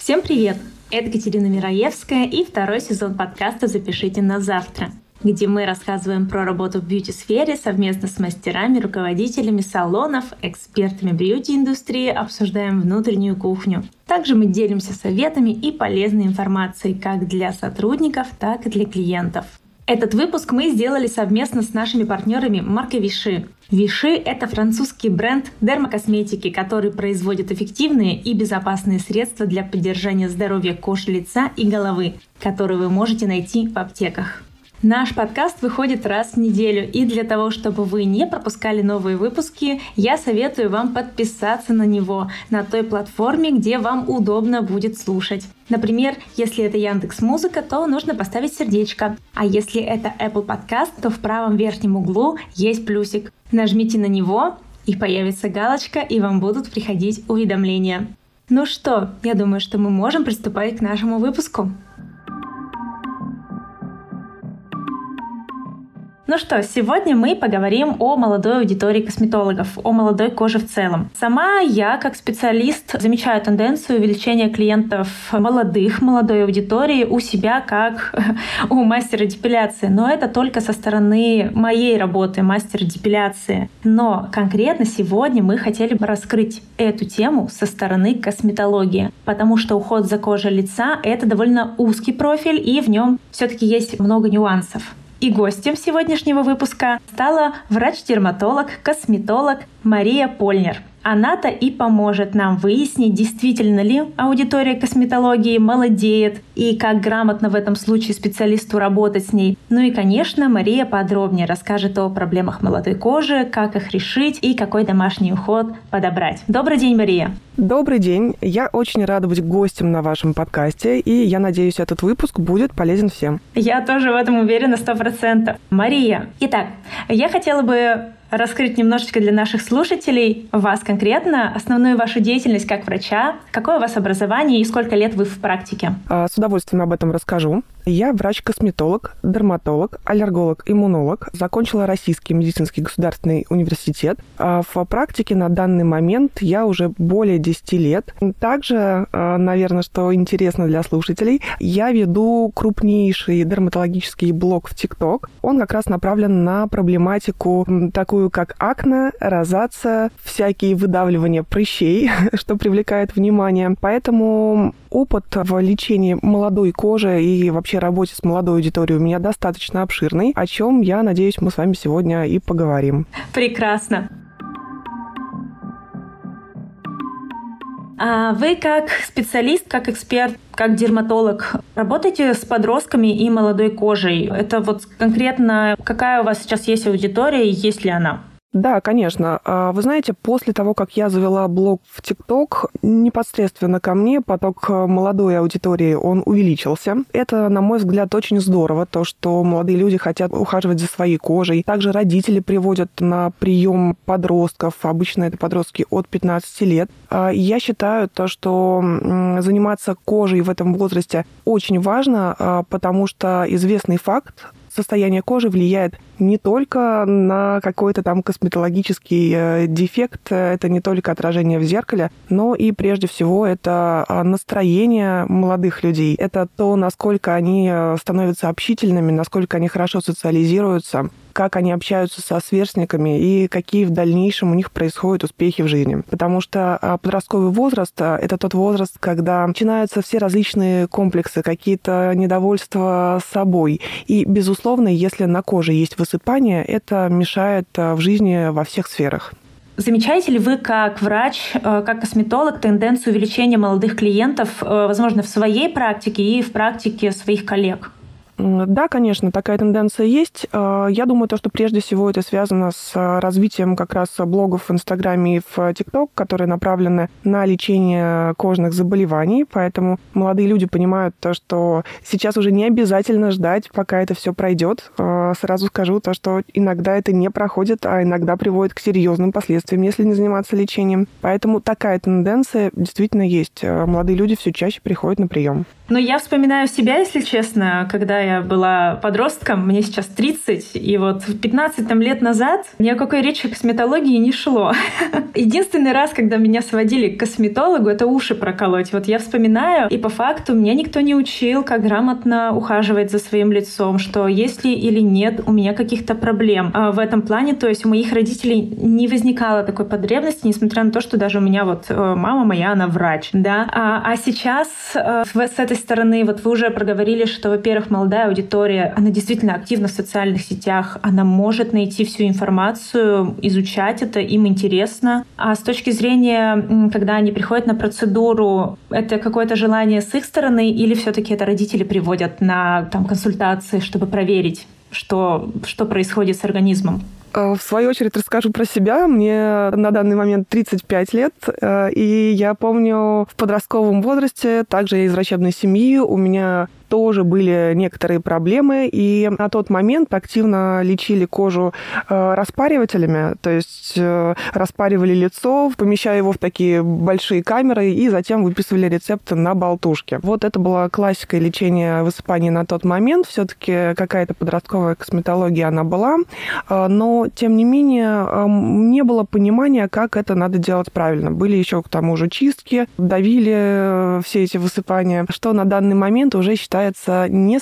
Всем привет! Это Катерина Мираевская и второй сезон подкаста «Запишите на завтра», где мы рассказываем про работу в бьюти-сфере совместно с мастерами, руководителями салонов, экспертами бьюти-индустрии, обсуждаем внутреннюю кухню. Также мы делимся советами и полезной информацией как для сотрудников, так и для клиентов. Этот выпуск мы сделали совместно с нашими партнерами маркой Vichy. Vichy — это французский бренд дермокосметики, который производит эффективные и безопасные средства для поддержания здоровья кожи лица и головы, которые вы можете найти в аптеках. Наш подкаст выходит раз в неделю, и для того, чтобы вы не пропускали новые выпуски, я советую вам подписаться на него на той платформе, где вам удобно будет слушать. Например, если это Яндекс.Музыка, то нужно поставить сердечко, а если это Apple Podcast, то в правом верхнем углу есть плюсик. Нажмите на него, и появится галочка, и вам будут приходить уведомления. Ну что, я думаю, что мы можем приступать к нашему выпуску. Ну что, сегодня мы поговорим о молодой аудитории косметологов, о молодой коже в целом. Сама я, как специалист, замечаю тенденцию увеличения клиентов молодой аудитории у себя, как у мастера депиляции. Но это только со стороны моей работы, мастера депиляции. Но конкретно сегодня мы хотели бы раскрыть эту тему со стороны косметологии, потому что уход за кожей лица — это довольно узкий профиль, и в нем все-таки есть много нюансов. И гостем сегодняшнего выпуска стала врач-дерматолог, косметолог Мария Польнер. Она-то и поможет нам выяснить, действительно ли аудитория косметологии молодеет и как грамотно в этом случае специалисту работать с ней. Ну и, конечно, Мария подробнее расскажет о проблемах молодой кожи, как их решить и какой домашний уход подобрать. Добрый день, Мария! Добрый день! Я очень рада быть гостем на вашем подкасте, и я надеюсь, этот выпуск будет полезен всем. Я тоже в этом уверена 100%. Мария, итак, я хотела бы раскрыть немножечко для наших слушателей вас конкретно, основную вашу деятельность как врача, какое у вас образование и сколько лет вы в практике? С удовольствием об этом расскажу. Я врач-косметолог, дерматолог, аллерголог, иммунолог. Закончила Российский медицинский государственный университет. В практике на данный момент я уже более 10 лет. Также, наверное, что интересно для слушателей, я веду крупнейший дерматологический блог в ТикТок. Он как раз направлен на проблематику такую, как акне, розация, всякие выдавливания прыщей, что привлекает внимание. Поэтому опыт в лечении молодой кожи и вообще работе с молодой аудиторией у меня достаточно обширный, о чем, я надеюсь, мы с вами сегодня и поговорим. Прекрасно. А вы как специалист, как эксперт, как дерматолог работаете с подростками и молодой кожей? Это вот конкретно какая у вас сейчас есть аудитория и есть ли она? Да, конечно. Вы знаете, после того, как я завела блог в ТикТок, непосредственно ко мне поток молодой аудитории, он увеличился. Это, на мой взгляд, очень здорово, то, что молодые люди хотят ухаживать за своей кожей. Также родители приводят на прием подростков, обычно это подростки от 15 лет. Я считаю, то, что заниматься кожей в этом возрасте очень важно, потому что известный факт, состояние кожи влияет не только на какой-то там косметологический дефект, это не только отражение в зеркале, но и прежде всего это настроение молодых людей. Это то, насколько они становятся общительными, насколько они хорошо социализируются, как они общаются со сверстниками и какие в дальнейшем у них происходят успехи в жизни. Потому что подростковый возраст — это тот возраст, когда начинаются все различные комплексы, какие-то недовольства собой. И, безусловно, если на коже есть высыпание, это мешает в жизни во всех сферах. Замечаете ли вы как врач, как косметолог тенденцию увеличения молодых клиентов, возможно, в своей практике и в практике своих коллег? Да, конечно, такая тенденция есть. Я думаю, что прежде всего это связано с развитием как раз блогов в Инстаграме и в ТикТок, которые направлены на лечение кожных заболеваний. Поэтому молодые люди понимают то, что сейчас уже не обязательно ждать, пока это все пройдет. Сразу скажу то, что иногда это не проходит, а иногда приводит к серьезным последствиям, если не заниматься лечением. Поэтому такая тенденция действительно есть. Молодые люди все чаще приходят на прием. Но я вспоминаю себя, если честно, когда я была подростком, мне сейчас 30, и вот 15 лет назад ни о какой речи о косметологии не шло. Единственный раз, когда меня сводили к косметологу, это уши проколоть. Вот я вспоминаю, и по факту меня никто не учил, как грамотно ухаживать за своим лицом, что есть ли или нет у меня каких-то проблем в этом плане. То есть у моих родителей не возникало такой потребности, несмотря на то, что даже у меня вот мама моя, она врач, да. А сейчас с этой стороны, вот вы уже проговорили, что, во-первых, молодая аудитория, она действительно активна в социальных сетях, она может найти всю информацию, изучать это, им интересно. А с точки зрения, когда они приходят на процедуру, это какое-то желание с их стороны или все-таки это родители приводят на консультации, чтобы проверить, что происходит с организмом? В свою очередь расскажу про себя. Мне на данный момент 35 лет, и я помню, в подростковом возрасте, также я из врачебной семьи, у меня тоже были некоторые проблемы, и на тот момент активно лечили кожу распаривателями, то есть распаривали лицо, помещая его в такие большие камеры, и затем выписывали рецепты на болтушке. Вот это была классика лечения высыпаний на тот момент. Все-таки какая-то подростковая косметология она была, но, тем не менее, не было понимания, как это надо делать правильно. Были еще, к тому же, чистки, давили все эти высыпания, что на данный момент уже считается не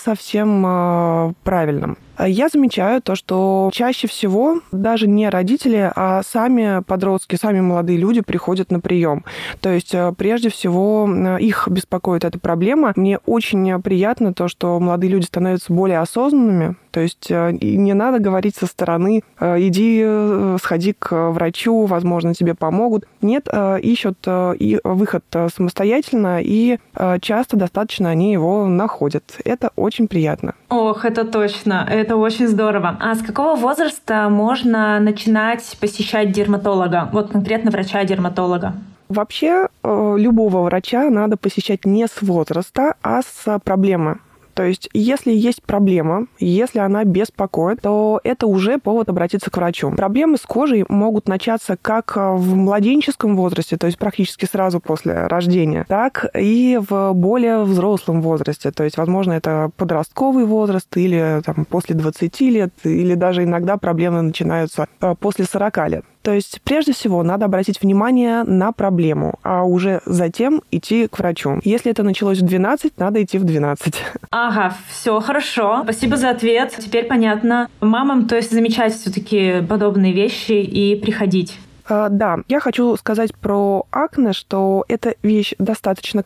совсем правильным. Я замечаю то, что чаще всего даже не родители, а сами подростки, сами молодые люди приходят на прием. То есть прежде всего их беспокоит эта проблема. Мне очень приятно то, что молодые люди становятся более осознанными. То есть не надо говорить со стороны: иди, сходи к врачу, возможно, тебе помогут. Нет, ищут и выход самостоятельно, и часто достаточно они его находят. Это очень приятно. Ох, это точно, это очень здорово. А с какого возраста можно начинать посещать дерматолога? Вот конкретно врача-дерматолога. Вообще, любого врача надо посещать не с возраста, а с проблемы. То есть, если есть проблема, если она беспокоит, то это уже повод обратиться к врачу. Проблемы с кожей могут начаться как в младенческом возрасте, то есть практически сразу после рождения, так и в более взрослом возрасте. То есть, возможно, это подростковый возраст или после 20 лет, или даже иногда проблемы начинаются после 40 лет. То есть, прежде всего, надо обратить внимание на проблему, а уже затем идти к врачу. Если это началось в 12, надо идти в 12. Ага, все хорошо. Спасибо за ответ. Теперь понятно. Мамам, то есть, замечать все-таки подобные вещи и приходить. Да, я хочу сказать про акне, что это вещь достаточно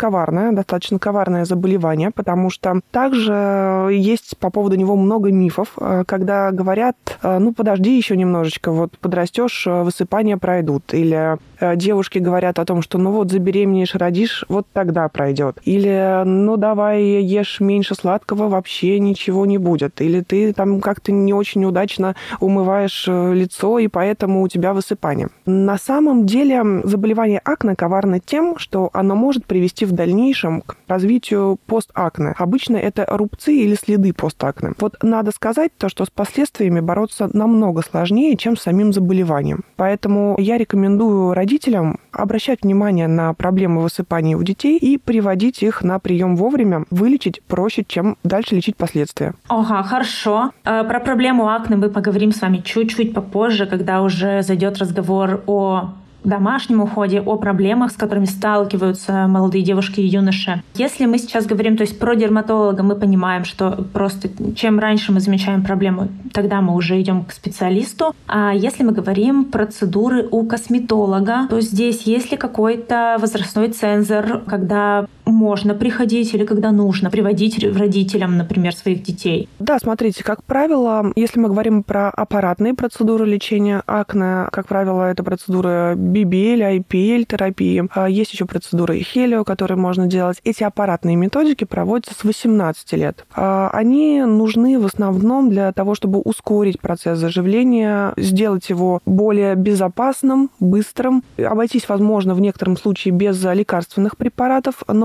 коварное заболевание, потому что также есть по поводу него много мифов, когда говорят: подожди еще немножечко, вот подрастешь, высыпания пройдут. Или девушки говорят о том, что забеременеешь, родишь, вот тогда пройдет. Или давай ешь меньше сладкого, вообще ничего не будет. Или ты как-то не очень удачно умываешь лицо, и поэтому у тебя высыпание. На самом деле заболевание акне коварно тем, что оно может привести в дальнейшем к развитию постакне. Обычно это рубцы или следы постакне. Вот надо сказать то, что с последствиями бороться намного сложнее, чем с самим заболеванием. Поэтому я рекомендую родителям обращать внимание на проблемы высыпаний у детей и приводить их на прием вовремя. Вылечить проще, чем дальше лечить последствия. Ага, хорошо. Про проблему акне мы поговорим с вами чуть-чуть попозже, когда уже зайдет разговор о домашнем уходе, о проблемах, с которыми сталкиваются молодые девушки и юноши. Если мы сейчас говорим, то есть про дерматолога, мы понимаем, что просто чем раньше мы замечаем проблему, тогда мы уже идем к специалисту. А если мы говорим процедуры у косметолога, то здесь есть ли какой-то возрастной цензор, когда можно приходить или когда нужно приводить родителям, например, своих детей? Да, смотрите, как правило, если мы говорим про аппаратные процедуры лечения акне, как правило, это процедуры BBL, IPL терапии. Есть еще процедуры Helio, которые можно делать. Эти аппаратные методики проводятся с 18 лет. Они нужны в основном для того, чтобы ускорить процесс заживления, сделать его более безопасным, быстрым. Обойтись, возможно, в некотором случае без лекарственных препаратов, но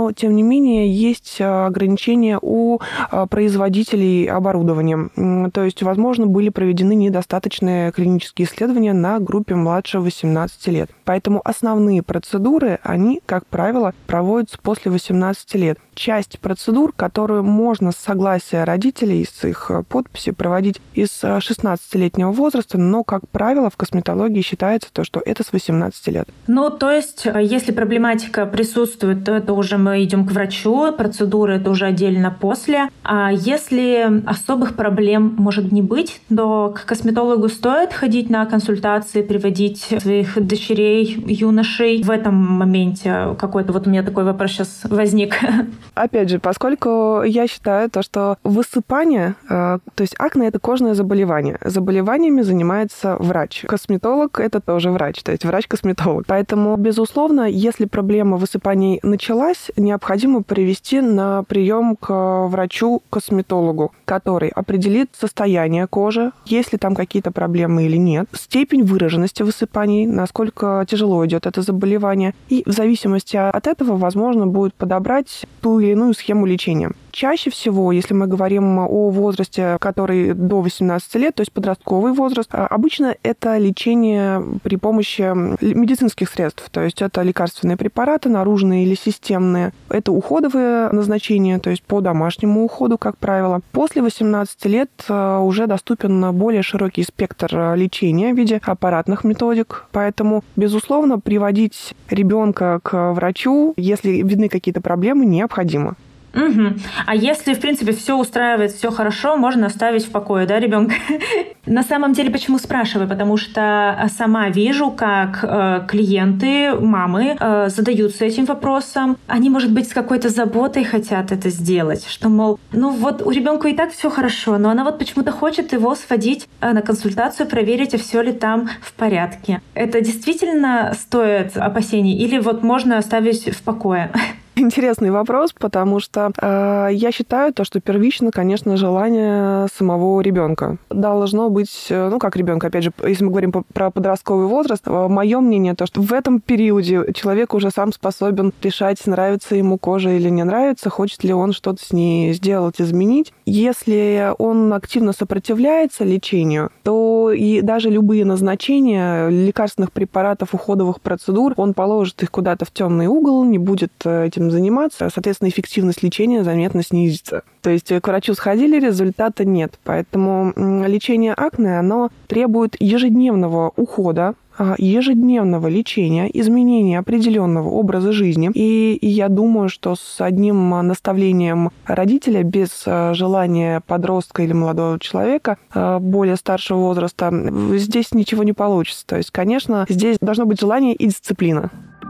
но, тем не менее, есть ограничения у производителей оборудования. То есть, возможно, были проведены недостаточные клинические исследования на группе младше 18 лет. Поэтому основные процедуры, они, как правило, проводятся после 18 лет. Часть процедур, которую можно с согласия родителей, с их подписи проводить из 16-летнего возраста, но, как правило, в косметологии считается то, что это с 18 лет. Ну, то есть, если проблематика присутствует, то это уже мы идем к врачу, процедуры это уже отдельно после. А если особых проблем может не быть, то к косметологу стоит ходить на консультации, приводить своих дочерей, юношей. В этом моменте какой-то вот у меня такой вопрос сейчас возник. Опять же, поскольку я считаю то, что высыпание, то есть акне – это кожное заболевание. Заболеваниями занимается врач. Косметолог – это тоже врач, то есть врач-косметолог. Поэтому, безусловно, если проблема высыпаний началась, необходимо привести на прием к врачу-косметологу, который определит состояние кожи, есть ли там какие-то проблемы или нет, степень выраженности высыпаний, насколько тяжело идет это заболевание. И в зависимости от этого, возможно, будет подобрать ту или иную схему лечения. Чаще всего, если мы говорим о возрасте, который до 18 лет, то есть подростковый возраст, обычно это лечение при помощи медицинских средств, то есть это лекарственные препараты, наружные или системные. Это уходовые назначения, то есть по домашнему уходу, как правило. После 18 лет уже доступен более широкий спектр лечения в виде аппаратных методик, поэтому, безусловно, приводить ребенка к врачу, если видны какие-то проблемы, необходимо. Угу. А если, в принципе, все устраивает, все хорошо, можно оставить в покое, да, ребенка? На самом деле, почему спрашиваю? Потому что сама вижу, как клиенты, мамы задаются этим вопросом. Они, может быть, с какой-то заботой хотят это сделать, что, мол, ну вот у ребенка и так все хорошо, но она вот почему-то хочет его сводить на консультацию, проверить, а все ли там в порядке. Это действительно стоит опасений или вот можно оставить в покое? Интересный вопрос, потому что я считаю, что первично, конечно, желание самого ребенка. Должно быть, как ребенка, опять же, если мы говорим про подростковый возраст, мое мнение то, что в этом периоде человек уже сам способен решать, нравится ему кожа или не нравится, хочет ли он что-то с ней сделать, изменить. Если он активно сопротивляется лечению, то и даже любые назначения лекарственных препаратов, уходовых процедур, он положит их куда-то в темный угол, не будет этим заниматься, соответственно, эффективность лечения заметно снизится. То есть к врачу сходили, результата нет. Поэтому лечение акне, оно требует ежедневного ухода, ежедневного лечения, изменения определенного образа жизни. И я думаю, что с одним наставлением родителя, без желания подростка или молодого человека более старшего возраста, здесь ничего не получится. То есть, конечно, здесь должно быть желание и дисциплина.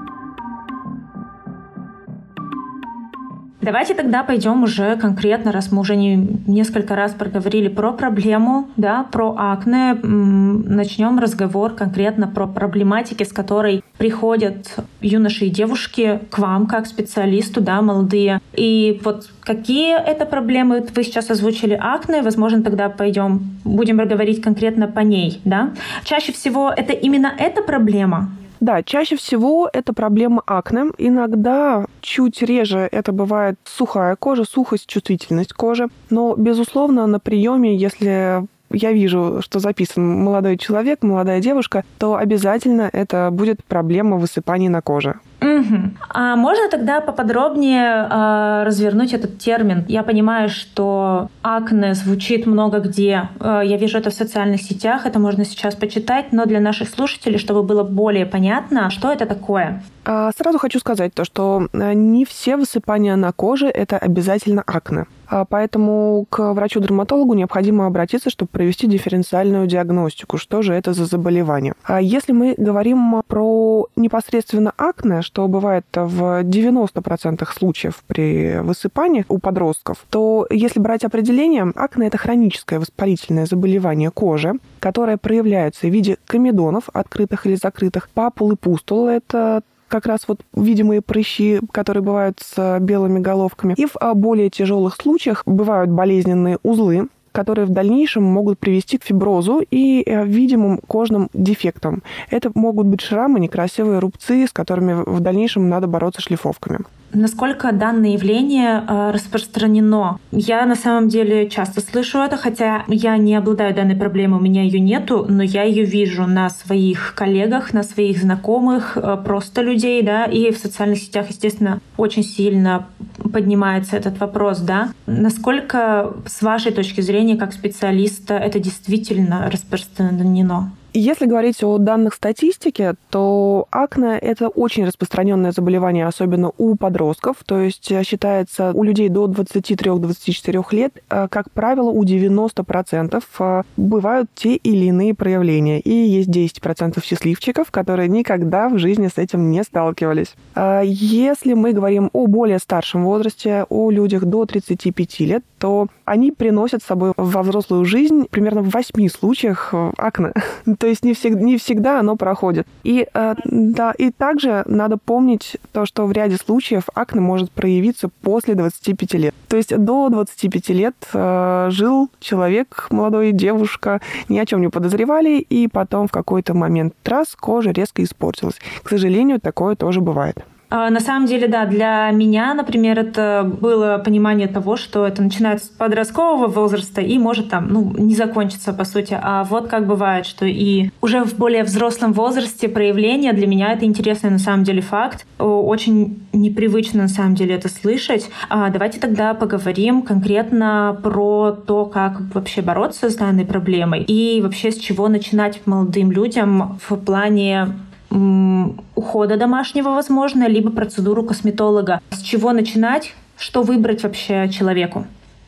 Давайте тогда пойдем уже конкретно, раз мы уже несколько раз проговорили про проблему, да, про акне, начнем разговор конкретно про проблематики, с которой приходят юноши и девушки к вам как специалисту, да, молодые. И вот какие это проблемы? Вы сейчас озвучили акне, возможно, тогда будем говорить конкретно по ней, да? Чаще всего это именно эта проблема? Да, чаще всего это проблема акне. Иногда чуть реже это бывает сухая кожа, сухость, чувствительность кожи. Но, безусловно, на приеме, если я вижу, что записан молодой человек, молодая девушка, то обязательно это будет проблема высыпаний на коже. Угу. А можно тогда поподробнее развернуть этот термин? Я понимаю, что акне звучит много где. Я вижу это в социальных сетях, это можно сейчас почитать, но для наших слушателей, чтобы было более понятно, что это такое? Сразу хочу сказать то, что не все высыпания на коже – это обязательно акне. Поэтому к врачу-дерматологу необходимо обратиться, чтобы провести дифференциальную диагностику. Что же это за заболевание? Если мы говорим про непосредственно акне, что бывает в 90% случаев при высыпаниях у подростков, то если брать определение, акне – это хроническое воспалительное заболевание кожи, которое проявляется в виде комедонов, открытых или закрытых, папул и пустул – это как раз вот видимые прыщи, которые бывают с белыми головками. И в более тяжелых случаях бывают болезненные узлы, которые в дальнейшем могут привести к фиброзу и видимым кожным дефектам. Это могут быть шрамы, некрасивые рубцы, с которыми в дальнейшем надо бороться шлифовками. насколько данное явление распространено. Я на самом деле часто слышу это, хотя я не обладаю данной проблемой, у меня ее нету, но я ее вижу на своих коллегах, на своих знакомых, просто людей, да, и в социальных сетях, естественно, очень сильно поднимается этот вопрос, да. Насколько, с вашей точки зрения, как специалиста, это действительно распространено? Если говорить о данных статистики, то акне – это очень распространенное заболевание, особенно у подростков. То есть считается, у людей до 23-24 лет, как правило, у 90% бывают те или иные проявления. И есть 10% счастливчиков, которые никогда в жизни с этим не сталкивались. Если мы говорим о более старшем возрасте, о людях до 35 лет, то они приносят с собой во взрослую жизнь примерно в 8 случаях акне. То есть не всегда оно проходит. И также надо помнить то, что в ряде случаев акне может проявиться после 25 лет. То есть до 25 лет жил человек, молодой, девушка, ни о чем не подозревали, и потом в какой-то момент кожа резко испортилась. К сожалению, такое тоже бывает. На самом деле, да, для меня, например, это было понимание того, что это начинается с подросткового возраста и может не закончиться, по сути. А вот как бывает, что и уже в более взрослом возрасте проявления, для меня это интересный на самом деле факт. Очень непривычно на самом деле это слышать. Давайте тогда поговорим конкретно про то, как вообще бороться с данной проблемой и вообще с чего начинать молодым людям в плане ухода домашнего, возможно, либо процедуру косметолога. С чего начинать? Что выбрать вообще человеку?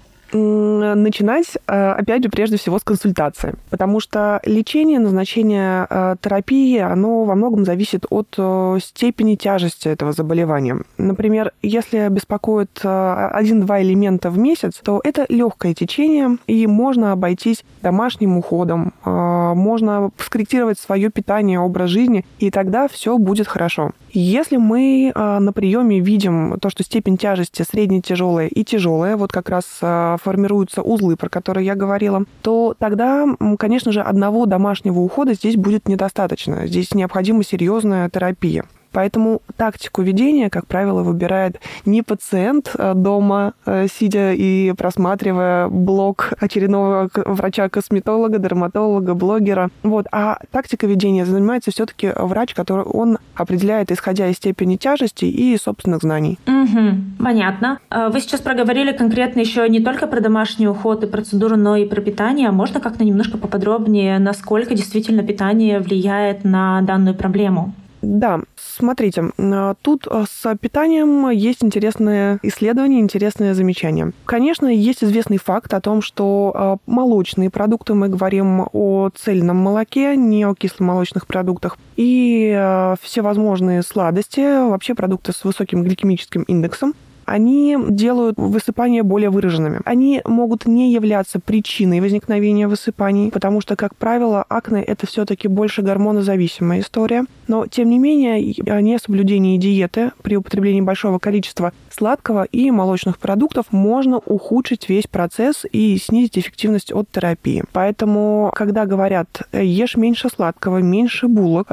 Начинать, опять же, прежде всего с консультации, потому что лечение, назначение терапии, оно во многом зависит от степени тяжести этого заболевания. Например, если беспокоит 1-2 элемента в месяц, то это легкое течение, и можно обойтись домашним уходом, можно скорректировать свое питание, образ жизни, и тогда все будет хорошо. Если мы на приеме видим то, что степень тяжести средне-тяжелая и тяжелая, вот как раз формируются узлы, про которые я говорила, то тогда, конечно же, одного домашнего ухода здесь будет недостаточно. Здесь необходима серьезная терапия. Поэтому тактику ведения, как правило, выбирает не пациент дома, сидя и просматривая блог очередного врача-косметолога, дерматолога, блогера. А тактика ведения занимается все-таки врач, который он определяет, исходя из степени тяжести и собственных знаний. Понятно. Вы сейчас проговорили конкретно еще не только про домашний уход и процедуру, но и про питание. Можно как-то немножко поподробнее, насколько действительно питание влияет на данную проблему? Да, смотрите, тут с питанием есть интересные исследования, интересные замечания. Конечно, есть известный факт о том, что молочные продукты, мы говорим о цельном молоке, не о кисломолочных продуктах, и всевозможные сладости, вообще продукты с высоким гликемическим индексом, они делают высыпания более выраженными. Они могут не являться причиной возникновения высыпаний, потому что, как правило, акне – это все-таки больше гормонозависимая история. Но, тем не менее, несоблюдение диеты при употреблении большого количества сладкого и молочных продуктов можно ухудшить весь процесс и снизить эффективность от терапии. Поэтому, когда говорят «ешь меньше сладкого, меньше булок,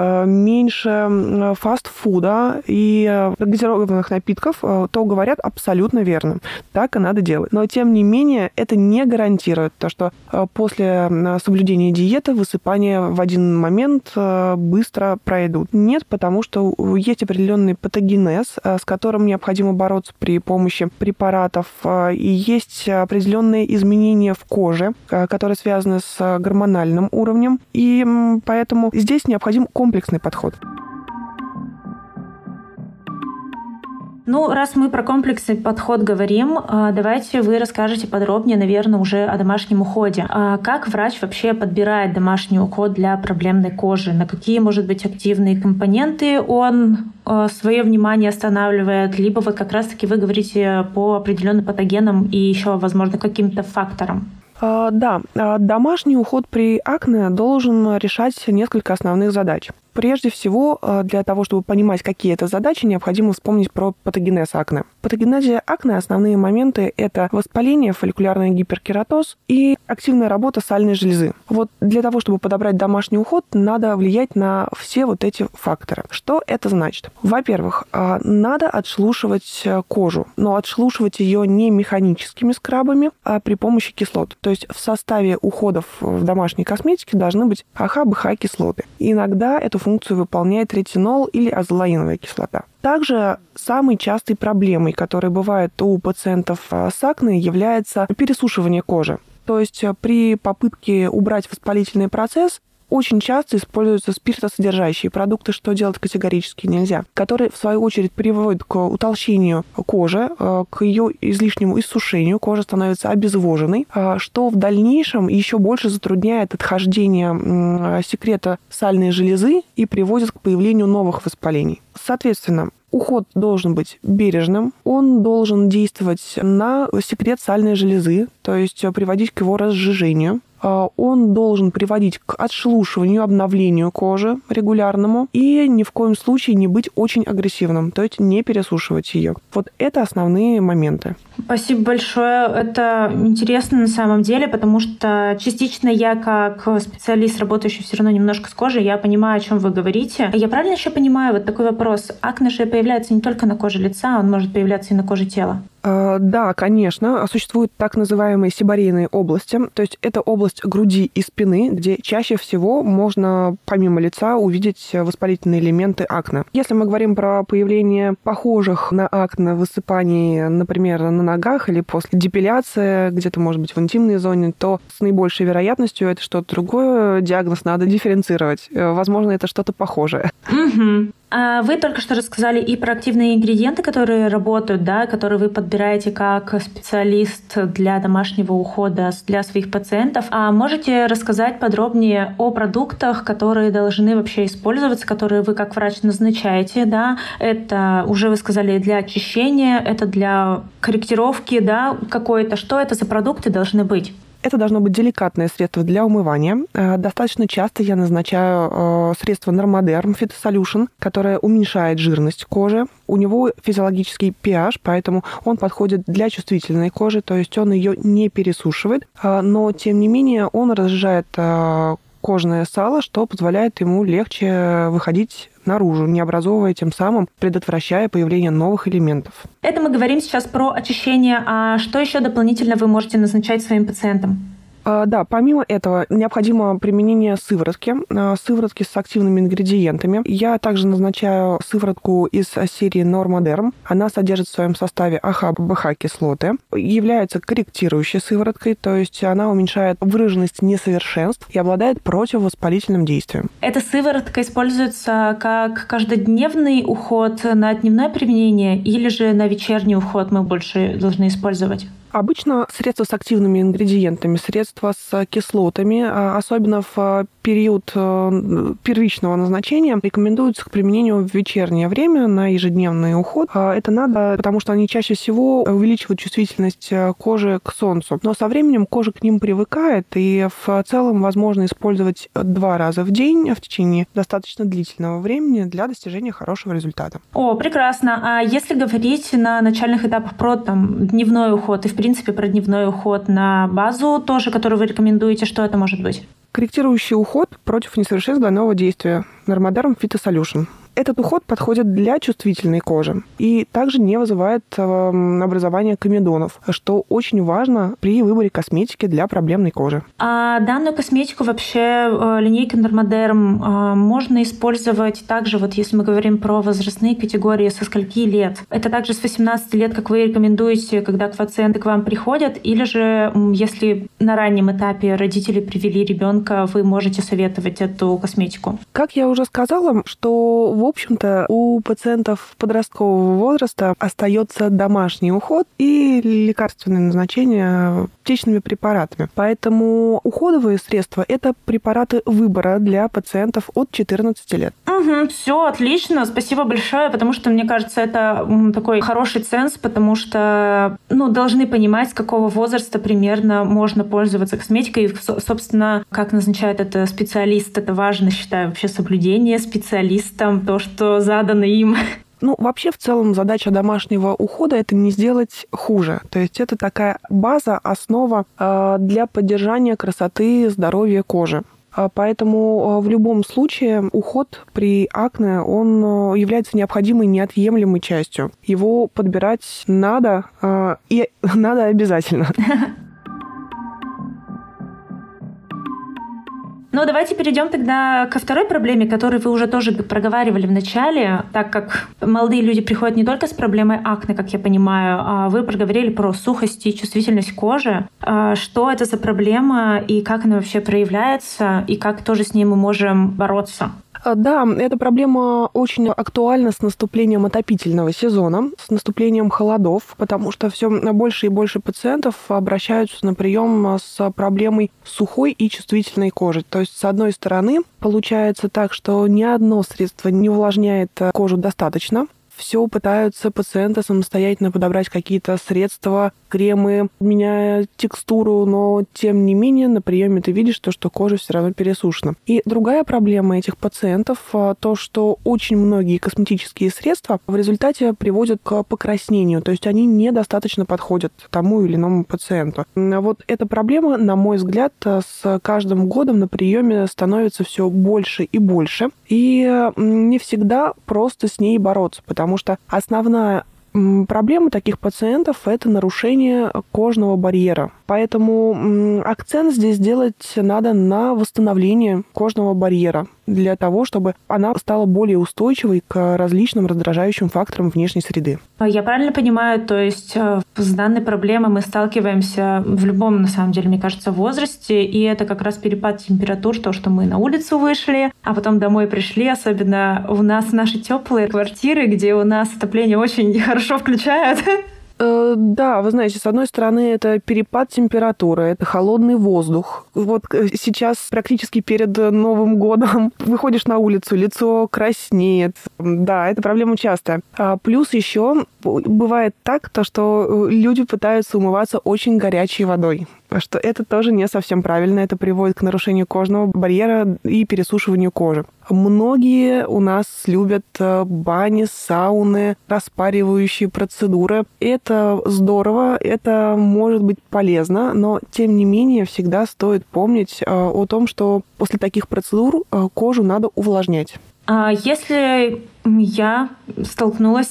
меньше фастфуда и газированных напитков», то говорят абсолютно верно. Так и надо делать. Но, тем не менее, это не гарантирует то, что после соблюдения диеты высыпания в один момент быстро пройдут. Нет, потому что есть определенный патогенез, с которым необходимо бороться при помощи препаратов, и есть определенные изменения в коже, которые связаны с гормональным уровнем, и поэтому здесь необходим комплексный подход. Раз мы про комплексный подход говорим, давайте вы расскажете подробнее, наверное, уже о домашнем уходе. Как врач вообще подбирает домашний уход для проблемной кожи? На какие, может быть, активные компоненты он свое внимание останавливает? Либо вот как раз-таки вы говорите по определенным патогенам и еще, возможно, каким-то факторам? Да, домашний уход при акне должен решать несколько основных задач. Прежде всего, для того, чтобы понимать, какие это задачи, необходимо вспомнить про патогенез акне. В патогенезе акне основные моменты – это воспаление, фолликулярный гиперкератоз и активная работа сальной железы. Вот для того, чтобы подобрать домашний уход, надо влиять на все вот эти факторы. Что это значит? Во-первых, надо отшелушивать кожу, но отшелушивать ее не механическими скрабами, а при помощи кислот. То есть в составе уходов в домашней косметике должны быть АХ-БХ кислоты. Иногда эту функцию выполняет ретинол или азолаиновая кислота. Также самой частой проблемой, которая бывает у пациентов с акне, является пересушивание кожи. То есть при попытке убрать воспалительный процесс очень часто используются спиртосодержащие продукты, что делать категорически нельзя, которые, в свою очередь, приводят к утолщению кожи, к ее излишнему иссушению. Кожа становится обезвоженной, что в дальнейшем еще больше затрудняет отхождение секрета сальной железы и приводит к появлению новых воспалений. Соответственно, уход должен быть бережным, он должен действовать на секрет сальной железы, то есть приводить к его разжижению. Он должен приводить к отшелушиванию, обновлению кожи регулярному и ни в коем случае не быть очень агрессивным, то есть не пересушивать ее. Вот это основные моменты. Спасибо большое. Это интересно на самом деле, потому что частично я, как специалист, работающий все равно немножко с кожей, я понимаю, о чем вы говорите. Я правильно еще понимаю, вот такой вопрос. Акне же появляется не только на коже лица, он может появляться и на коже тела. Да, конечно. Существуют так называемые сибарейные области. То есть это область груди и спины, где чаще всего можно помимо лица увидеть воспалительные элементы акне. Если мы говорим про появление похожих на акне высыпаний, например, на ногах или после депиляции, где-то, может быть, в интимной зоне, то с наибольшей вероятностью это что-то другое. Диагноз надо дифференцировать. Возможно, это что-то похожее. Угу. А вы только что рассказали и про активные ингредиенты, которые работают, да, которые вы подбираете как специалист для домашнего ухода для своих пациентов. А можете рассказать подробнее о продуктах, которые должны вообще использоваться, которые вы как врач назначаете, да? Это уже вы сказали для очищения, это для корректировки, да, какой-то. Что это за продукты должны быть? Это должно быть деликатное средство для умывания. Достаточно часто я назначаю средство Normaderm Phytosolution, которое уменьшает жирность кожи. У него физиологический pH, поэтому он подходит для чувствительной кожи, то есть он ее не пересушивает, но тем не менее он разжижает кожное сало, что позволяет ему легче выходить наружу, не образовывая тем самым, предотвращая появление новых элементов. Это мы говорим сейчас про очищение. А что еще дополнительно вы можете назначать своим пациентам? Да, помимо этого необходимо применение сыворотки с активными ингредиентами. Я также назначаю сыворотку из серии Normaderm. Она содержит в своем составе АХ-БХ кислоты, является корректирующей сывороткой, то есть она уменьшает выраженность несовершенств и обладает противовоспалительным действием. Эта сыворотка используется как каждодневный уход на дневное применение или же на вечерний уход мы больше должны использовать? Обычно средства с активными ингредиентами, средства с кислотами, особенно в период первичного назначения, рекомендуются к применению в вечернее время на ежедневный уход. Это надо, потому что они чаще всего увеличивают чувствительность кожи к солнцу. Но со временем кожа к ним привыкает, и в целом возможно использовать 2 раза в день в течение достаточно длительного времени для достижения хорошего результата. О, прекрасно. А если говорить на начальных этапах про дневной уход и, в принципе, про дневной уход на базу тоже, который вы рекомендуете, что это может быть? Корректирующий уход против несовершенств двойного действия. Normaderm Phytosolution. Этот уход подходит для чувствительной кожи и также не вызывает образования комедонов, что очень важно при выборе косметики для проблемной кожи. А данную косметику вообще линейка Normaderm можно использовать также, вот если мы говорим про возрастные категории, со скольки лет? Это также с 18 лет, как вы рекомендуете, когда пациенты к вам приходят, или же если на раннем этапе родители привели ребенка, вы можете советовать эту косметику? Как я уже сказала, что В общем-то, у пациентов подросткового возраста остается домашний уход и лекарственное назначение аптечными препаратами. Поэтому уходовые средства – это препараты выбора для пациентов от 14 лет. Все отлично, спасибо большое, потому что, мне кажется, это такой хороший ценз, потому что должны понимать, с какого возраста примерно можно пользоваться косметикой. И, собственно, как назначает это специалист, это важно, считаю, вообще соблюдение специалистам, то, что задано им. Вообще, в целом, задача домашнего ухода – это не сделать хуже. То есть это такая база, основа для поддержания красоты, здоровья кожи. Поэтому в любом случае уход при акне, он является необходимой, неотъемлемой частью. Его подбирать надо, и надо обязательно. Давайте перейдем тогда ко второй проблеме, которую вы уже тоже проговаривали в начале, так как молодые люди приходят не только с проблемой акне, как я понимаю, а вы проговорили про сухость и чувствительность кожи. Что это за проблема и как она вообще проявляется, и как тоже с ней мы можем бороться? Да, эта проблема очень актуальна с наступлением отопительного сезона, с наступлением холодов, потому что все больше и больше пациентов обращаются на прием с проблемой сухой и чувствительной кожи. То есть, с одной стороны, получается так, что ни одно средство не увлажняет кожу достаточно. Все пытаются пациенты самостоятельно подобрать какие-то средства, кремы, меняя текстуру, но тем не менее на приеме ты видишь то, что кожа все равно пересушена. И другая проблема этих пациентов то, что очень многие косметические средства в результате приводят к покраснению, то есть они недостаточно подходят тому или иному пациенту. Вот эта проблема, на мой взгляд, с каждым годом на приеме становится все больше и больше, и не всегда просто с ней бороться, потому что основная проблема таких пациентов – это нарушение кожного барьера. Поэтому акцент здесь делать надо на восстановление кожного барьера для того, чтобы она стала более устойчивой к различным раздражающим факторам внешней среды. Я правильно понимаю, то есть с данной проблемой мы сталкиваемся в любом, на самом деле, мне кажется, возрасте, и это как раз перепад температур, то, что мы на улицу вышли, а потом домой пришли, особенно у нас наши теплые квартиры, где у нас отопление очень хорошо включают. Да, вы знаете, с одной стороны, это перепад температуры, это холодный воздух. Вот сейчас практически перед Новым годом выходишь на улицу, лицо краснеет. Да, это проблема частая. Плюс еще бывает так, что люди пытаются умываться очень горячей водой. Что это тоже не совсем правильно. Это приводит к нарушению кожного барьера и пересушиванию кожи. Многие у нас любят бани, сауны, распаривающие процедуры. Это здорово, это может быть полезно, но тем не менее всегда стоит помнить о том, что после таких процедур кожу надо увлажнять. Если я столкнулась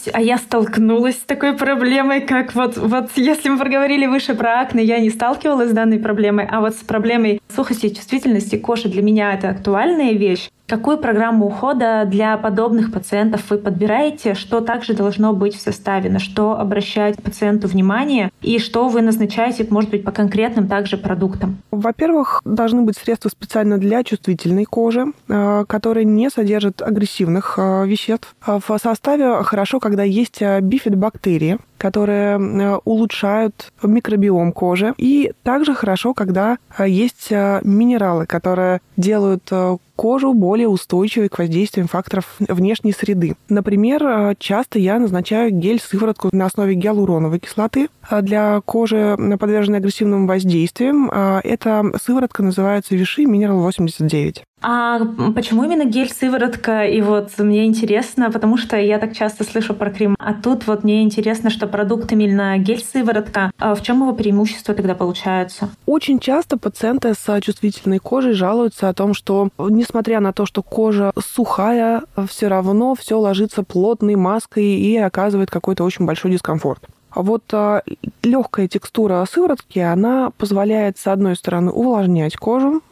с такой проблемой, как вот если мы проговорили выше про акне, я не сталкивалась с данной проблемой, а вот с проблемой сухости и чувствительности кожи для меня это актуальная вещь. Какую программу ухода для подобных пациентов вы подбираете? Что также должно быть в составе? На что обращать пациенту внимание? И что вы назначаете, может быть, по конкретным также продуктам? Во-первых, должны быть средства специально для чувствительной кожи, которые не содержат агрессивных веществ. В составе хорошо, когда есть бифидобактерии, которые улучшают микробиом кожи. И также хорошо, когда есть минералы, которые делают кожу более устойчивой к воздействиям факторов внешней среды. Например, часто я назначаю гель-сыворотку на основе гиалуроновой кислоты для кожи, подверженной агрессивным воздействиям. Эта сыворотка называется Vichy Mineral 89. А почему именно гель-сыворотка? И вот мне интересно, потому что я так часто слышу про крем, а тут вот мне интересно, что продукт именно гель-сыворотка. А в чем его преимущество тогда получается? Очень часто пациенты с чувствительной кожей жалуются о том, что несмотря на то, что кожа сухая, все равно все ложится плотной маской и оказывает какой-то очень большой дискомфорт. А вот легкая текстура сыворотки, она позволяет, с одной стороны, увлажнять кожу,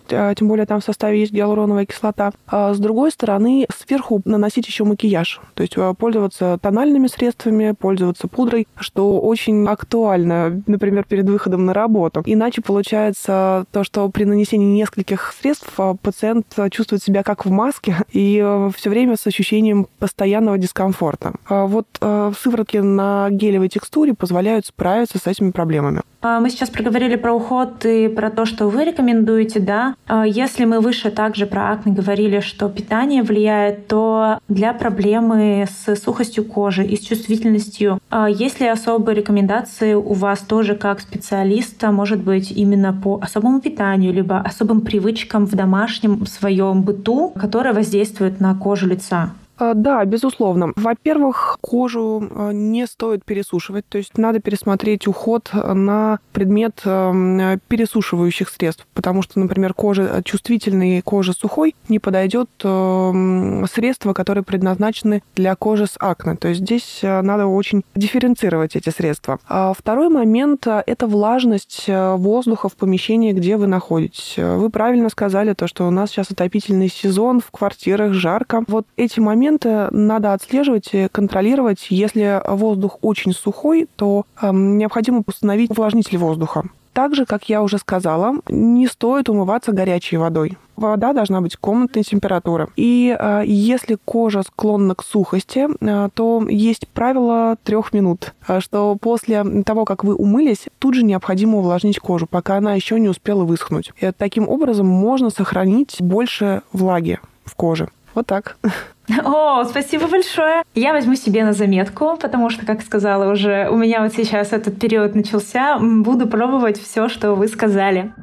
тем более там в составе есть гиалуроновая кислота. А с другой стороны, сверху наносить еще макияж, то есть пользоваться тональными средствами, пользоваться пудрой, что очень актуально, например, перед выходом на работу. Иначе получается то, что при нанесении нескольких средств пациент чувствует себя как в маске и все время с ощущением постоянного дискомфорта. Вот сыворотки на гелевой текстуре позволяют справиться с этими проблемами. Мы сейчас проговорили про уход и про то, что вы рекомендуете, да. Если мы выше также про акне говорили, что питание влияет, то для проблемы с сухостью кожи и с чувствительностью, есть ли особые рекомендации у вас тоже как специалиста, может быть, именно по особому питанию, либо особым привычкам в домашнем своем быту, которые воздействуют на кожу лица? Да, безусловно. Во-первых, кожу не стоит пересушивать, то есть надо пересмотреть уход на предмет пересушивающих средств, потому что, например, кожа чувствительной и кожа сухой не подойдет средства, которые предназначены для кожи с акне. То есть здесь надо очень дифференцировать эти средства. Второй момент – это влажность воздуха в помещении, где вы находитесь. Вы правильно сказали, то, что у нас сейчас отопительный сезон, в квартирах жарко. Вот эти моменты надо отслеживать и контролировать. Если воздух очень сухой, то необходимо установить увлажнитель воздуха. Также, как я уже сказала, не стоит умываться горячей водой. Вода должна быть комнатной температуры. И если кожа склонна к сухости, то есть правило 3 минут, что после того, как вы умылись, тут же необходимо увлажнить кожу, пока она еще не успела высохнуть. И таким образом можно сохранить больше влаги в коже. Вот так. О, спасибо большое. Я возьму себе на заметку, потому что, как сказала уже, у меня вот сейчас этот период начался. Буду пробовать все, что вы сказали.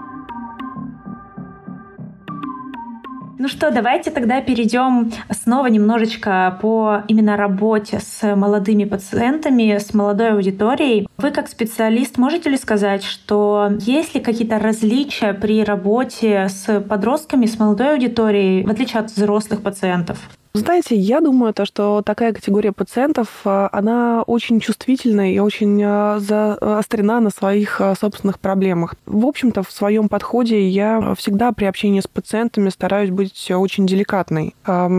Ну что, давайте тогда перейдем снова немножечко по именно работе с молодыми пациентами, с молодой аудиторией. Вы как специалист можете ли сказать, что есть ли какие-то различия при работе с подростками, с молодой аудиторией, в отличие от взрослых пациентов? Знаете, я думаю, что такая категория пациентов, она очень чувствительна и очень заострена на своих собственных проблемах. В общем-то, в своем подходе я всегда при общении с пациентами стараюсь быть очень деликатной.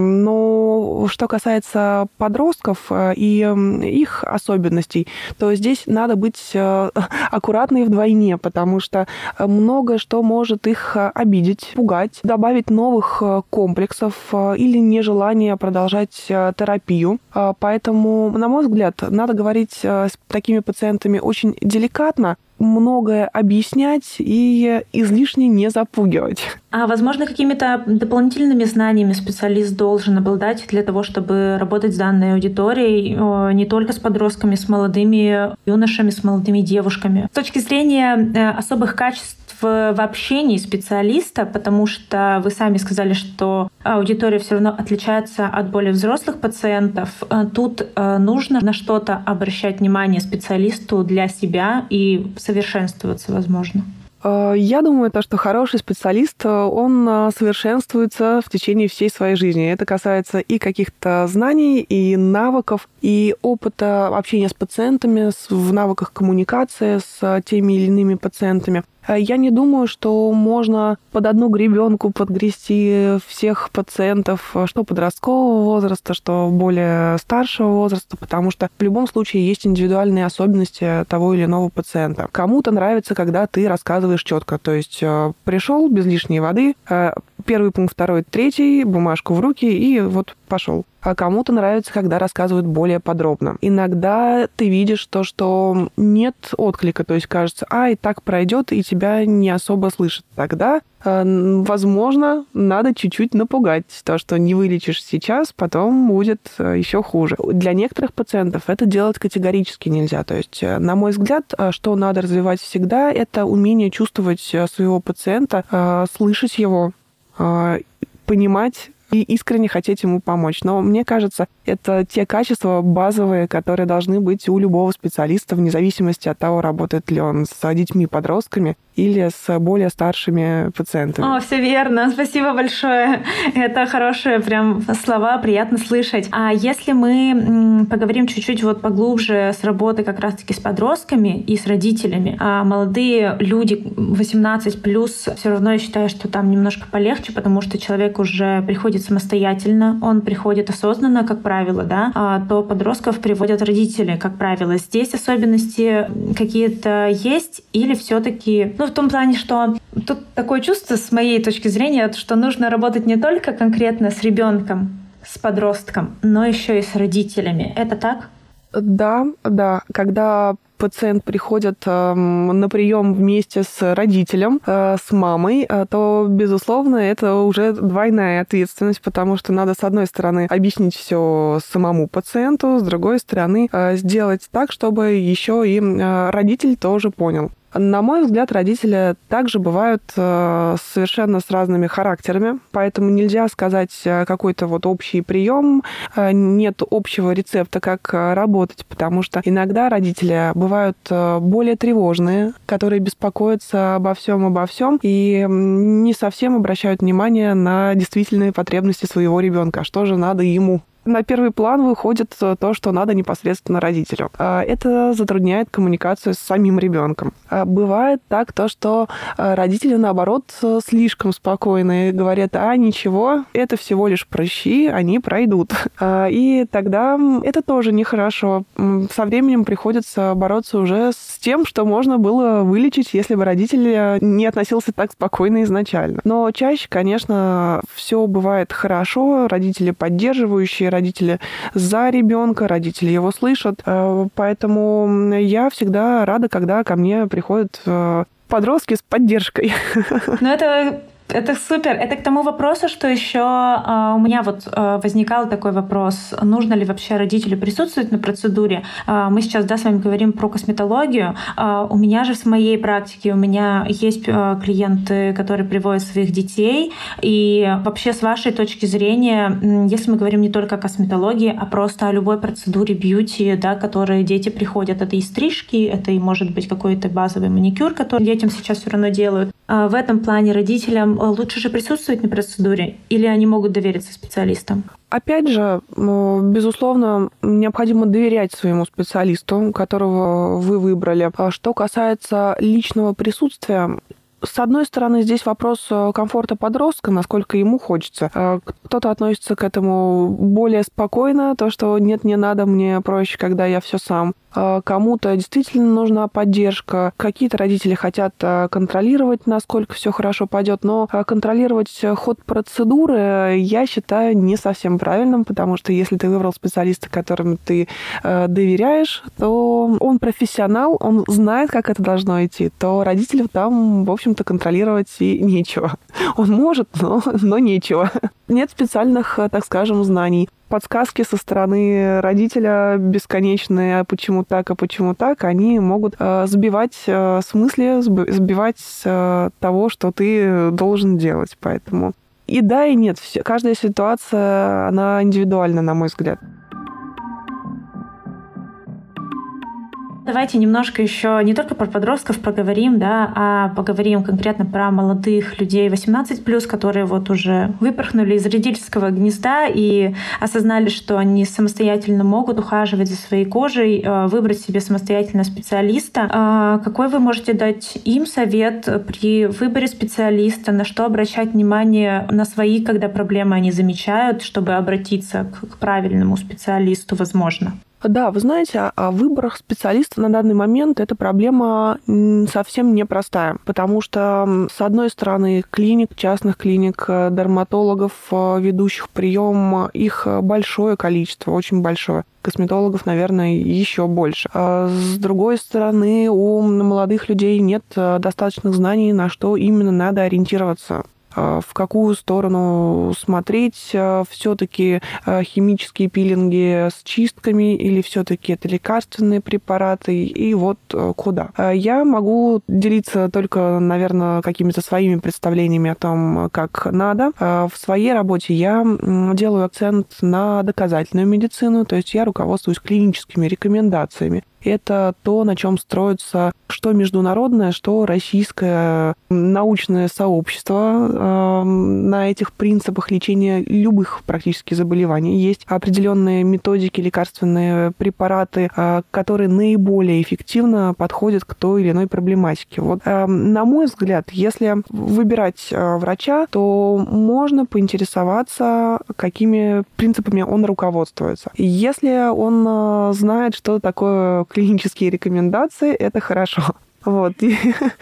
Но что касается подростков и их особенностей, то здесь надо быть аккуратной вдвойне, потому что многое что может их обидеть, пугать, добавить новых комплексов или нежелания продолжать терапию. Поэтому, на мой взгляд, надо говорить с такими пациентами очень деликатно, многое объяснять и излишне не запугивать. А, возможно, какими-то дополнительными знаниями специалист должен обладать для того, чтобы работать с данной аудиторией, не только с подростками, с молодыми юношами, с молодыми девушками. С точки зрения особых качеств в общении специалиста, потому что вы сами сказали, что аудитория все равно отличается от более взрослых пациентов. Тут нужно на что-то обращать внимание специалисту для себя и совершенствоваться, возможно. Я думаю, что хороший специалист, он совершенствуется в течение всей своей жизни. Это касается и каких-то знаний, и навыков, и опыта общения с пациентами, в навыках коммуникации с теми или иными пациентами. Я не думаю, что можно под одну гребенку подгрести всех пациентов, что подросткового возраста, что более старшего возраста, потому что в любом случае есть индивидуальные особенности того или иного пациента. Кому-то нравится, когда ты рассказываешь четко, то есть пришел без лишней воды, первый пункт, второй, третий, бумажку в руки и вот пошел. А кому-то нравится, когда рассказывают более подробно. Иногда ты видишь то, что нет отклика, то есть кажется, и так пройдет, и тебя не особо слышат. Тогда, возможно, надо чуть-чуть напугать. То, что не вылечишь сейчас, потом будет еще хуже. Для некоторых пациентов это делать категорически нельзя. То есть, на мой взгляд, что надо развивать всегда, это умение чувствовать своего пациента, слышать его, понимать и искренне хотеть ему помочь. Но мне кажется, это те качества базовые, которые должны быть у любого специалиста, вне зависимости от того, работает ли он с детьми, подростками или с более старшими пациентами. О, все верно. Спасибо большое. Это хорошие прям слова, приятно слышать. А если мы поговорим чуть-чуть вот поглубже с работы как раз-таки с подростками и с родителями, а молодые люди 18+, все равно я считаю, что там немножко полегче, потому что человек уже приходит самостоятельно, он приходит осознанно, как правило, да, то подростков приводят родители, как правило. Здесь особенности какие-то есть или все-таки, в том плане, что тут такое чувство, с моей точки зрения, что нужно работать не только конкретно с ребенком, с подростком, но еще и с родителями. Это так? Да. Когда пациент приходит на прием вместе с родителем, с мамой, то, безусловно, это уже двойная ответственность, потому что надо, с одной стороны, объяснить все самому пациенту, с другой стороны, сделать так, чтобы еще и родитель тоже понял. На мой взгляд, родители также бывают совершенно с разными характерами, поэтому нельзя сказать какой-то вот общий прием, нет общего рецепта, как работать, потому что иногда родители бывают более тревожные, которые беспокоятся обо всем и не совсем обращают внимание на действительные потребности своего ребенка, что же надо ему. На первый план выходит то, что надо непосредственно родителю. Это затрудняет коммуникацию с самим ребенком. Бывает так, что родители, наоборот, слишком спокойные, говорят: ничего, это всего лишь прыщи, они пройдут. И тогда это тоже нехорошо. Со временем приходится бороться уже с тем, что можно было вылечить, если бы родитель не относился так спокойно изначально. Но чаще, конечно, все бывает хорошо, родители поддерживающие, родители за ребенка, родители его слышат. Поэтому я всегда рада, когда ко мне приходят подростки с поддержкой. Это супер. Это к тому вопросу, что еще у меня возникал такой вопрос: нужно ли вообще родителю присутствовать на процедуре? Мы сейчас, с вами говорим про косметологию. У меня же в моей практике, у меня есть клиенты, которые приводят своих детей. И вообще, с вашей точки зрения, если мы говорим не только о косметологии, а просто о любой процедуре бьюти, которые дети приходят, это и стрижки, это и может быть какой-то базовый маникюр, который детям сейчас все равно делают. В этом плане родителям лучше же присутствовать на процедуре, или они могут довериться специалистам? Опять же, безусловно, необходимо доверять своему специалисту, которого вы выбрали. Что касается личного присутствия, с одной стороны, здесь вопрос комфорта подростка, насколько ему хочется. Кто-то относится к этому более спокойно, то, что нет, не надо, мне проще, когда я все сам. Кому-то действительно нужна поддержка. Какие-то родители хотят контролировать, насколько все хорошо пойдет, но контролировать ход процедуры я считаю не совсем правильным, потому что если ты выбрал специалиста, которому ты доверяешь, то он профессионал, он знает, как это должно идти, то родителям там, в общем-то, контролировать и нечего. Он может, но нечего. Нет специальных, так скажем, знаний. Подсказки со стороны родителя бесконечные, почему так, они могут сбивать с мысли, сбивать с того, что ты должен делать. Поэтому и да, и нет. Каждая ситуация, она индивидуальна, на мой взгляд. Давайте немножко еще не только про подростков поговорим, а поговорим конкретно про молодых людей 18+, которые уже выпорхнули из родительского гнезда и осознали, что они самостоятельно могут ухаживать за своей кожей, выбрать себе самостоятельно специалиста. Какой вы можете дать им совет при выборе специалиста, на что обращать внимание на свои, когда проблемы они замечают, чтобы обратиться к правильному специалисту, возможно? Да, вы знаете, выбор специалиста на данный момент — это проблема совсем непростая, потому что, с одной стороны, частных клиник, дерматологов, ведущих прием, их большое количество, очень большое. Косметологов, наверное, еще больше. С другой стороны, у молодых людей нет достаточных знаний, на что именно надо ориентироваться. В какую сторону смотреть, все-таки химические пилинги с чистками или все-таки это лекарственные препараты, и куда. Я могу делиться только, наверное, какими-то своими представлениями о том, как надо. В своей работе я делаю акцент на доказательную медицину, то есть я руководствуюсь клиническими рекомендациями. Это то, на чем строится что международное, что российское научное сообщество на этих принципах лечения любых практически заболеваний. Есть определенные методики, лекарственные препараты, которые наиболее эффективно подходят к той или иной проблематике. Вот, на мой взгляд, если выбирать врача, то можно поинтересоваться, какими принципами он руководствуется. Если он знает, что такое клинические рекомендации, это хорошо. Вот. И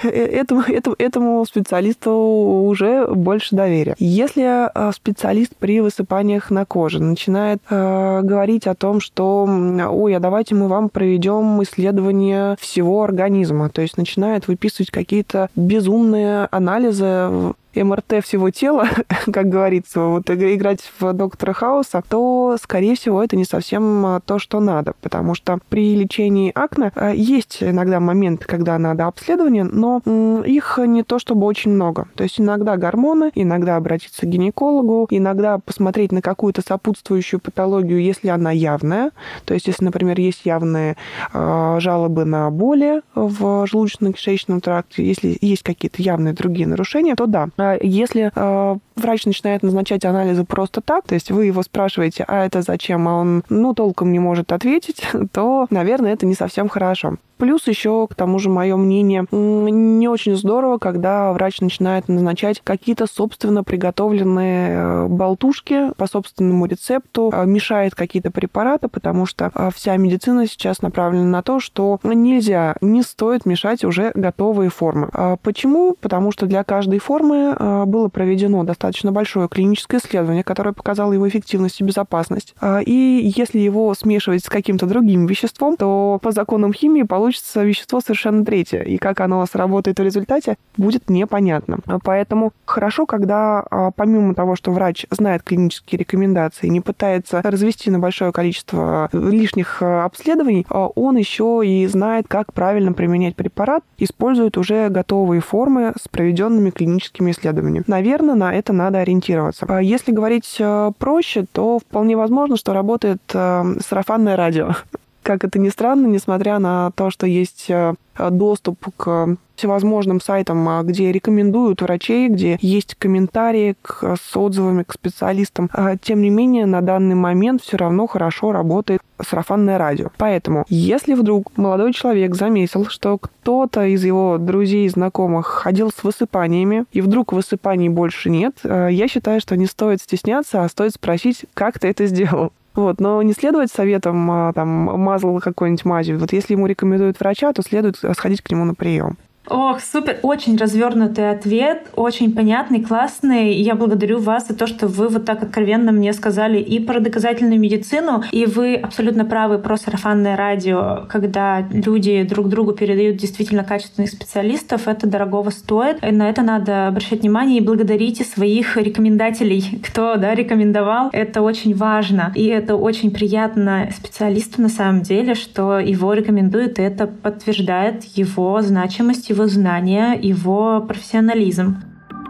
этому специалисту уже больше доверия. Если специалист при высыпаниях на коже начинает говорить о том, что ой, а давайте мы вам проведем исследование всего организма, то есть начинает выписывать какие-то безумные анализы, МРТ всего тела, как говорится, вот играть в доктора Хауса, то, скорее всего, это не совсем то, что надо, потому что при лечении акне есть иногда моменты, когда надо обследование, но их не то чтобы очень много. То есть иногда гормоны, иногда обратиться к гинекологу, иногда посмотреть на какую-то сопутствующую патологию, если она явная. То есть если, например, есть явные жалобы на боли в желудочно-кишечном тракте, если есть какие-то явные другие нарушения, то да. Если врач начинает назначать анализы просто так, то есть вы его спрашиваете, а это зачем, а он, толком не может ответить, то, наверное, это не совсем хорошо. Плюс еще, к тому же, мое мнение, не очень здорово, когда врач начинает назначать какие-то собственно приготовленные болтушки по собственному рецепту, мешает какие-то препараты, потому что вся медицина сейчас направлена на то, что нельзя, не стоит мешать уже готовые формы. Почему? Потому что для каждой формы было проведено достаточно большое клиническое исследование, которое показало его эффективность и безопасность. И если его смешивать с каким-то другим веществом, то по законам химии получится вещество совершенно третье. И как оно сработает в результате, будет непонятно. Поэтому хорошо, когда помимо того, что врач знает клинические рекомендации, не пытается развести на большое количество лишних обследований, он еще и знает, как правильно применять препарат, использует уже готовые формы с проведенными клиническими исследованиями. Наверное, на это надо ориентироваться. Если говорить проще, то вполне возможно, что работает сарафанное радио. Как это ни странно, несмотря на то, что есть доступ к всевозможным сайтам, где рекомендуют врачей, где есть комментарии с отзывами к специалистам. Тем не менее, на данный момент все равно хорошо работает сарафанное радио. Поэтому, если вдруг молодой человек заметил, что кто-то из его друзей и знакомых ходил с высыпаниями, и вдруг высыпаний больше нет, я считаю, что не стоит стесняться, а стоит спросить, как ты это сделал. Вот, но не следовать советам, мазал какой-нибудь мазью. Вот если ему рекомендуют врача, то следует сходить к нему на прием. Ох, супер, очень развернутый ответ, очень понятный, классный. Я благодарю вас за то, что вы вот так откровенно мне сказали и про доказательную медицину, и вы абсолютно правы про сарафанное радио. Когда люди друг другу передают действительно качественных специалистов, это дорогого стоит. И на это надо обращать внимание и благодарите своих рекомендателей, кто рекомендовал. Это очень важно. И это очень приятно специалисту на самом деле, что его рекомендуют, и это подтверждает его значимость, его знания, его профессионализм.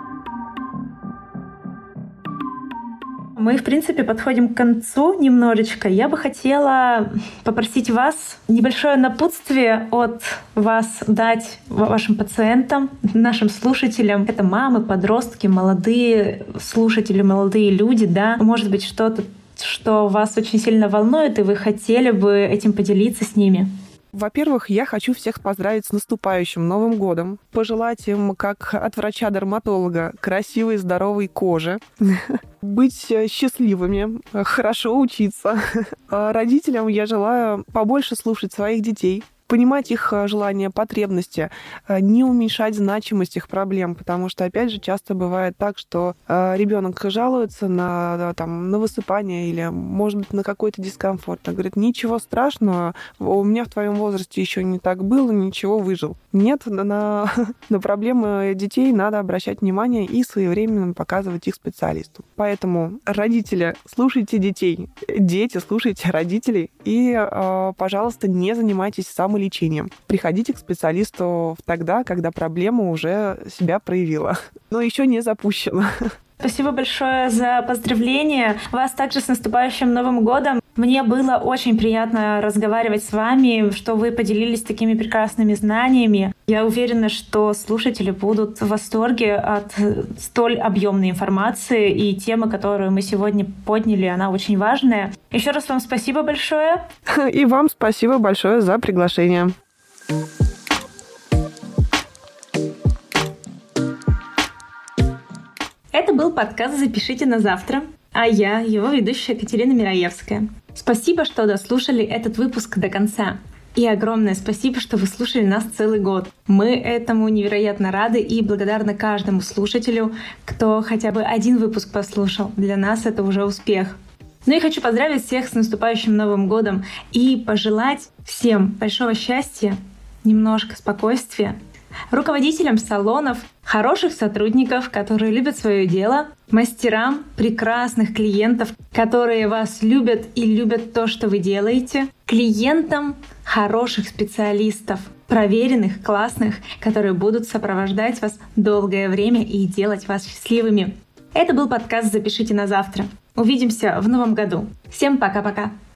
Мы, в принципе, подходим к концу немножечко. Я бы хотела попросить вас небольшое напутствие от вас дать вашим пациентам, нашим слушателям. Это мамы, подростки, молодые слушатели, молодые люди, да. Может быть, что-то, что вас очень сильно волнует, и вы хотели бы этим поделиться с ними. Во-первых, я хочу всех поздравить с наступающим Новым годом, пожелать им, как от врача-дерматолога, красивой, здоровой кожи, быть счастливыми, хорошо учиться. Родителям я желаю побольше слушать своих детей, понимать их желания, потребности, не уменьшать значимость их проблем, потому что, опять же, часто бывает так, что ребенок жалуется на высыпание или, может быть, на какой-то дискомфорт. Он говорит, ничего страшного, у меня в твоем возрасте еще не так было, ничего, выжил. Нет, на проблемы детей надо обращать внимание и своевременно показывать их специалисту. Поэтому, родители, слушайте детей, дети, слушайте родителей и, пожалуйста, не занимайтесь самолечением. Приходите к специалисту тогда, когда проблема уже себя проявила, но еще не запущена. Спасибо большое за поздравления. Вас также с наступающим Новым годом. Мне было очень приятно разговаривать с вами, что вы поделились такими прекрасными знаниями. Я уверена, что слушатели будут в восторге от столь объемной информации, и тема, которую мы сегодня подняли, она очень важная. Еще раз вам спасибо большое. И вам спасибо большое за приглашение. Это был подкаст «Запишите на завтра», а я, его ведущая Катерина Мираевская. Спасибо, что дослушали этот выпуск до конца. И огромное спасибо, что вы слушали нас целый год. Мы этому невероятно рады и благодарны каждому слушателю, кто хотя бы один выпуск послушал. Для нас это уже успех. Ну и хочу поздравить всех с наступающим Новым годом и пожелать всем большого счастья, немножко спокойствия, руководителям салонов, хороших сотрудников, которые любят свое дело, мастерам, прекрасных клиентов, которые вас любят и любят то, что вы делаете, клиентам, хороших специалистов, проверенных, классных, которые будут сопровождать вас долгое время и делать вас счастливыми. Это был подкаст «Запишите на завтра». Увидимся в новом году. Всем пока-пока!